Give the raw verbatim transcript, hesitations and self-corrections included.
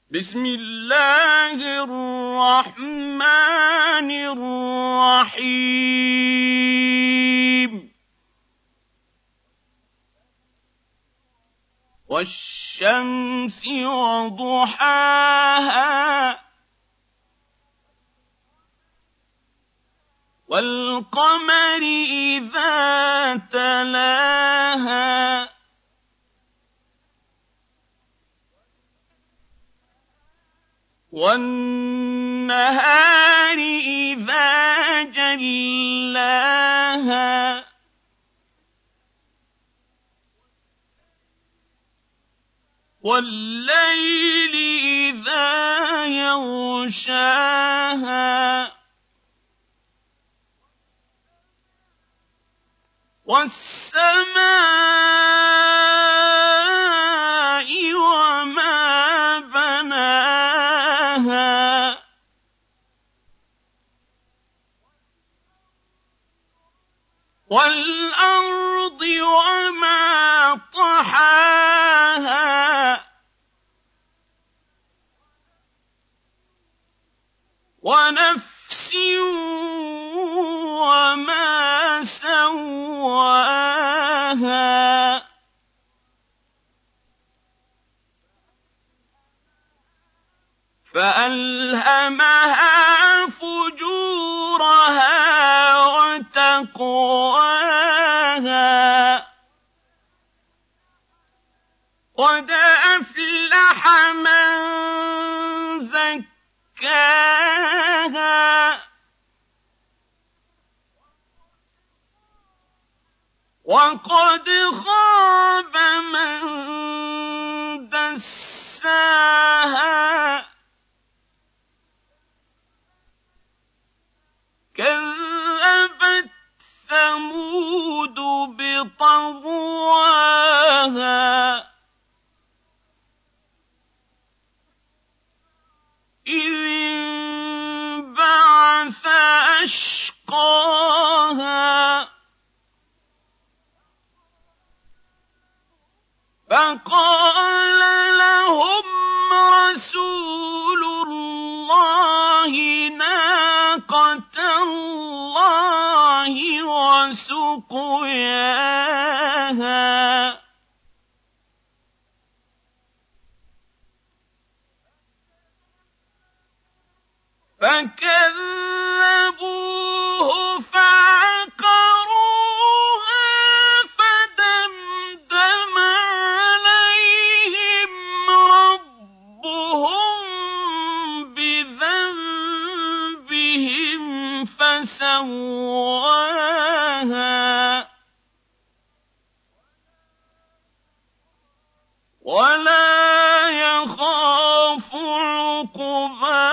بسم الله الرحمن الرحيم والشمس وضحاها والقمر إذا تلاها والنهار إذا جلاها والليل إذا يغشاها والسماء وما بناها والأرض وما طحاها ونفس وما سواها فألهمها فجورها وتقواها قد أفلح من زكاها وقد خاب من دساها كذبت ثمود بطغواها إذ انبعث أشقاها فقال لهم رسول الله ناقة الله وسقياها فكذبوه فعقروها فدمدم عليهم ربهم بذنبهم فسواها ولا يخاف عقباها